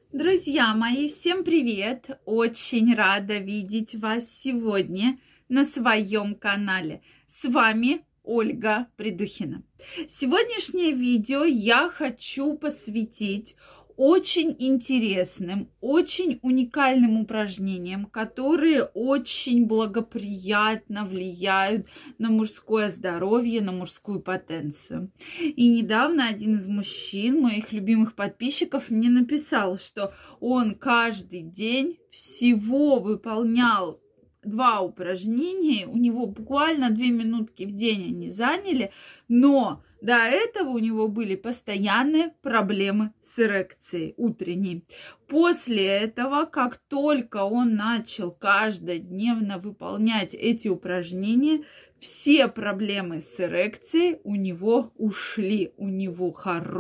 Друзья мои, всем привет! Очень рада видеть вас сегодня на своем канале. С вами Ольга Придухина. Сегодняшнее видео я хочу посвятить очень интересным, очень уникальным упражнениям, которые очень благоприятно влияют на мужское здоровье, на мужскую потенцию. И недавно один из мужчин, моих любимых подписчиков, мне написал, что он каждый день всего выполнял 2 упражнения, у него буквально 2 минутки в день они заняли, но до этого у него были постоянные проблемы с эрекцией утренней. После этого, как только он начал каждодневно выполнять эти упражнения, все проблемы с эрекцией у него ушли. У него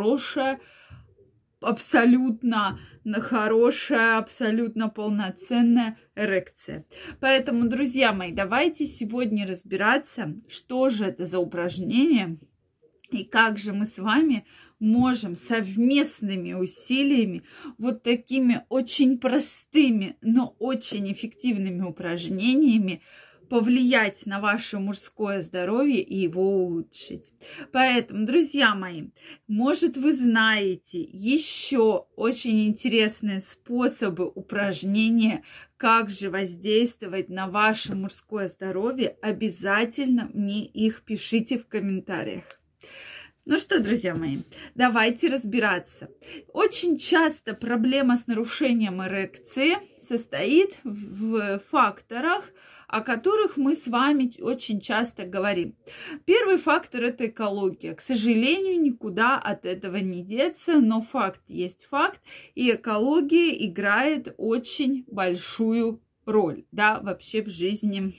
абсолютно полноценная эрекция. Поэтому, друзья мои, давайте сегодня разбираться, что же это за упражнение и как же мы с вами можем совместными усилиями, вот такими очень простыми, но очень эффективными упражнениями повлиять на ваше мужское здоровье и его улучшить. Поэтому, друзья мои, может, вы знаете еще очень интересные способы упражнения, как же воздействовать на ваше мужское здоровье, обязательно мне их пишите в комментариях. Ну что, друзья мои, давайте разбираться. Очень часто проблема с нарушением эрекции состоит в факторах, о которых мы с вами очень часто говорим. Первый фактор – это экология. К сожалению, никуда от этого не деться, но факт есть факт, и экология играет очень большую роль, да, вообще в жизни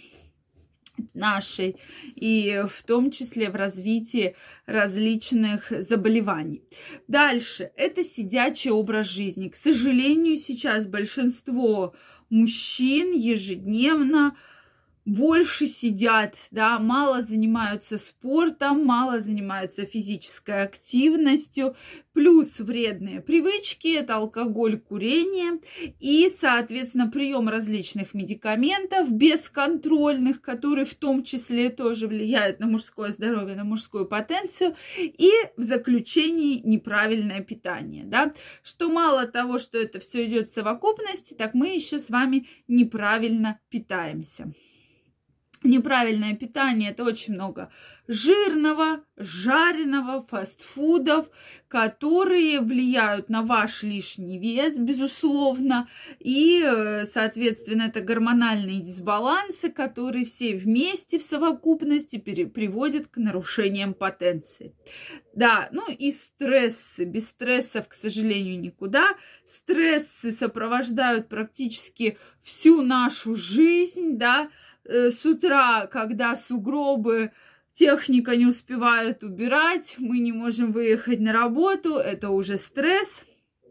нашей, и в том числе в развитии различных заболеваний. Дальше, это сидячий образ жизни. К сожалению, сейчас большинство мужчин ежедневно больше сидят, да, мало занимаются спортом, мало занимаются физической активностью, плюс вредные привычки, это алкоголь, курение и, соответственно, прием различных медикаментов бесконтрольных, которые в том числе тоже влияют на мужское здоровье, на мужскую потенцию, и в заключении неправильное питание, да, что мало того, что это все идет в совокупности, так мы еще с вами неправильно питаемся. Неправильное питание – это очень много жирного, жареного, фастфудов, которые влияют на ваш лишний вес, безусловно, и, соответственно, это гормональные дисбалансы, которые все вместе в совокупности приводят к нарушениям потенции. Да, ну и стрессы. Без стрессов, к сожалению, никуда. Стрессы сопровождают практически всю нашу жизнь, да. С утра, когда сугробы, техника не успевает убирать, мы не можем выехать на работу, это уже стресс.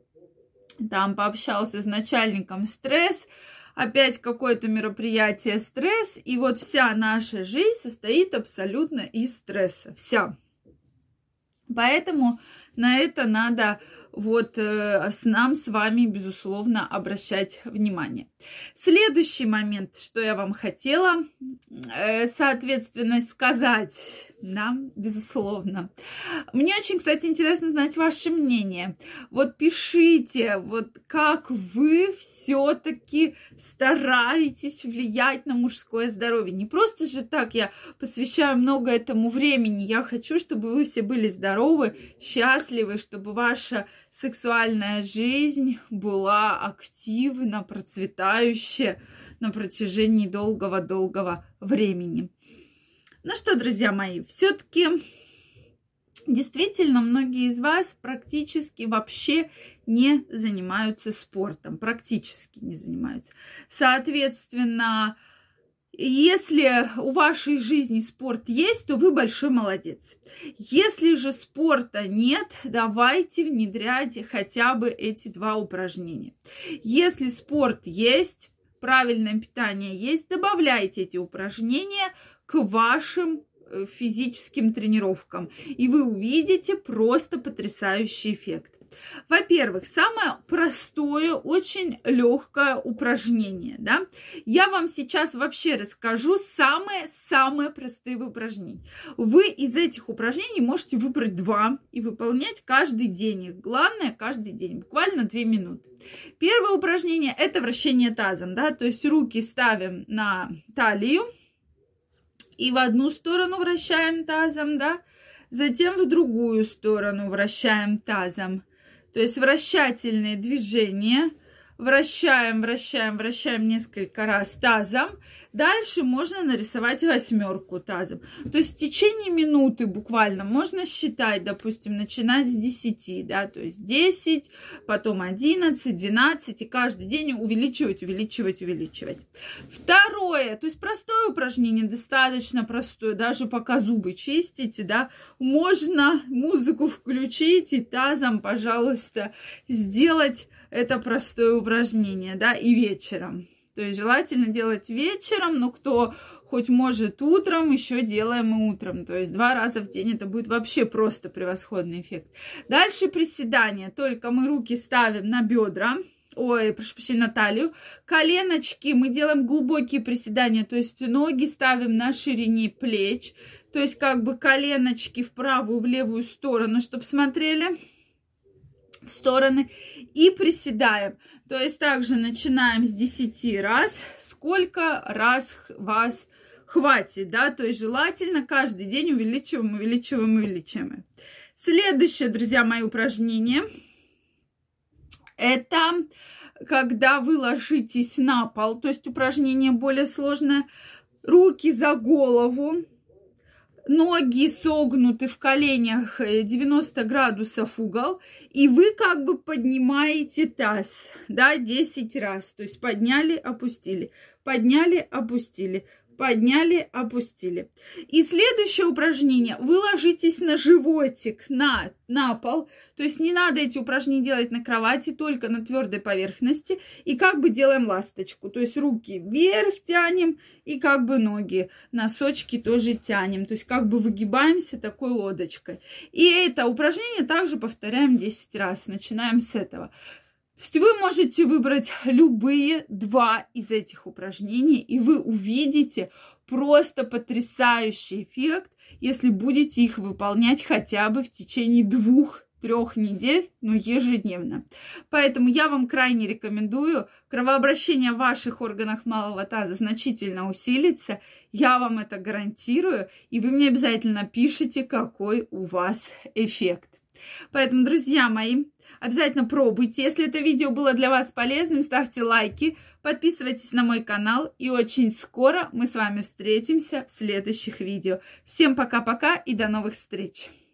Там пообщался с начальником, стресс, опять какое-то мероприятие, стресс. И вот вся наша жизнь состоит абсолютно из стресса. Вся. Поэтому на это надо нам с вами, безусловно, обращать внимание. Следующий момент, что я вам хотела, соответственно, сказать, да, безусловно. Мне очень, кстати, интересно знать ваше мнение. Вот пишите, вот как вы все-таки стараетесь влиять на мужское здоровье. Не просто же так я посвящаю много этому времени. Я хочу, чтобы вы все были здоровы, счастливы, чтобы ваша сексуальная жизнь была активна, процветающая на протяжении долгого-долгого времени. Ну что, друзья мои, все-таки действительно многие из вас практически вообще не занимаются спортом, практически не занимаются. Соответственно, если у вашей жизни спорт есть, то вы большой молодец. Если же спорта нет, давайте внедрять хотя бы эти 2 упражнения. Если спорт есть, правильное питание есть, добавляйте эти упражнения к вашим физическим тренировкам, и вы увидите просто потрясающий эффект. Во-первых, самое простое, очень легкое упражнение, да. Я вам сейчас вообще расскажу самые простые упражнения. Вы из этих упражнений можете выбрать 2 и выполнять каждый день их. Главное, каждый день, буквально 2 минуты. Первое упражнение – это вращение тазом, да, то есть руки ставим на талию и в одну сторону вращаем тазом, да, затем в другую сторону вращаем тазом. То есть вращательные движения. Вращаем несколько раз тазом. Дальше можно нарисовать 8 тазом. То есть в течение минуты буквально можно считать, допустим, начинать с 10, да, то есть 10, потом 11, 12, и каждый день увеличивать. Второе, то есть простое упражнение, достаточно простое, даже пока зубы чистите, да, можно музыку включить и тазом, пожалуйста, сделать это простое упражнение, да, и вечером. То есть желательно делать вечером, но кто хоть может утром, еще делаем и утром. То есть 2 раза в день это будет вообще просто превосходный эффект. Дальше приседания. Только мы руки ставим на бедра, прошу прощения, на талию. Коленочки, мы делаем глубокие приседания, то есть ноги ставим на ширине плеч. То есть как бы коленочки в правую, в левую сторону, чтобы смотрели в стороны, и приседаем. То есть также начинаем с 10 раз, сколько раз вас хватит, да, то есть желательно каждый день увеличиваем. Следующее, друзья мои, упражнение, это когда вы ложитесь на пол, то есть упражнение более сложное, руки за голову, ноги согнуты в коленях 90 градусов угол, и вы как бы поднимаете таз, да, 10 раз. То есть подняли, опустили, подняли, опустили, подняли, опустили. И следующее упражнение. Вы ложитесь на животик, на пол. То есть не надо эти упражнения делать на кровати, только на твердой поверхности. И как бы делаем ласточку. То есть руки вверх тянем и как бы ноги, носочки тоже тянем. То есть как бы выгибаемся такой лодочкой. И это упражнение также повторяем 10 раз. Начинаем с этого. То есть вы можете выбрать любые 2 из этих упражнений, и вы увидите просто потрясающий эффект, если будете их выполнять хотя бы в течение 2-3 недель, но ежедневно. Поэтому я вам крайне рекомендую. Кровообращение в ваших органах малого таза значительно усилится. Я вам это гарантирую. И вы мне обязательно пишите, какой у вас эффект. Поэтому, друзья мои, обязательно пробуйте. Если это видео было для вас полезным, ставьте лайки, подписывайтесь на мой канал. И очень скоро мы с вами встретимся в следующих видео. Всем пока-пока и до новых встреч!